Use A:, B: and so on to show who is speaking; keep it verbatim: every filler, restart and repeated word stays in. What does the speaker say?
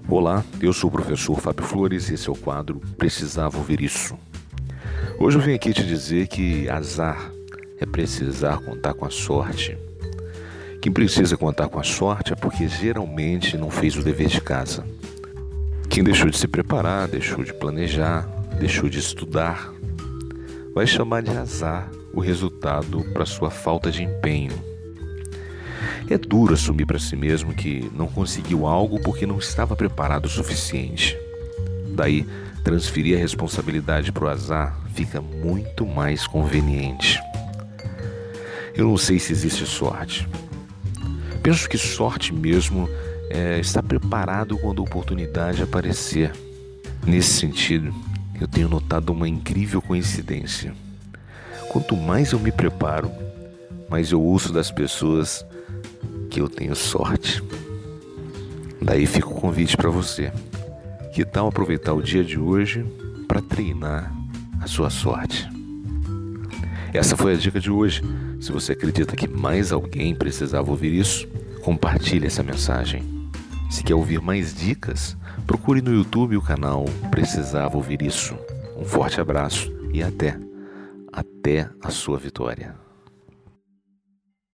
A: Olá, eu sou o professor Fábio Flores e esse é o quadro Precisava Ouvir Isso. Hoje eu venho aqui te dizer que azar é precisar contar com a sorte. Quem precisa contar com a sorte é porque geralmente não fez o dever de casa. Quem deixou de se preparar, deixou de planejar, deixou de estudar, vai chamar de azar o resultado para sua falta de empenho. É duro assumir para si mesmo que não conseguiu algo porque não estava preparado o suficiente. Daí, transferir a responsabilidade para o azar fica muito mais conveniente. Eu não sei se existe sorte. Penso que sorte mesmo é estar preparado quando a oportunidade aparecer. Nesse sentido, eu tenho notado uma incrível coincidência. Quanto mais eu me preparo, mais eu ouço das pessoas que eu tenho sorte. Daí fica o convite para você. Que tal aproveitar o dia de hoje para treinar a sua sorte? Essa foi a dica de hoje. Se você acredita que mais alguém precisava ouvir isso, compartilhe essa mensagem. Se quer ouvir mais dicas, procure no YouTube o canal Precisava Ouvir Isso. Um forte abraço e até, até a sua vitória.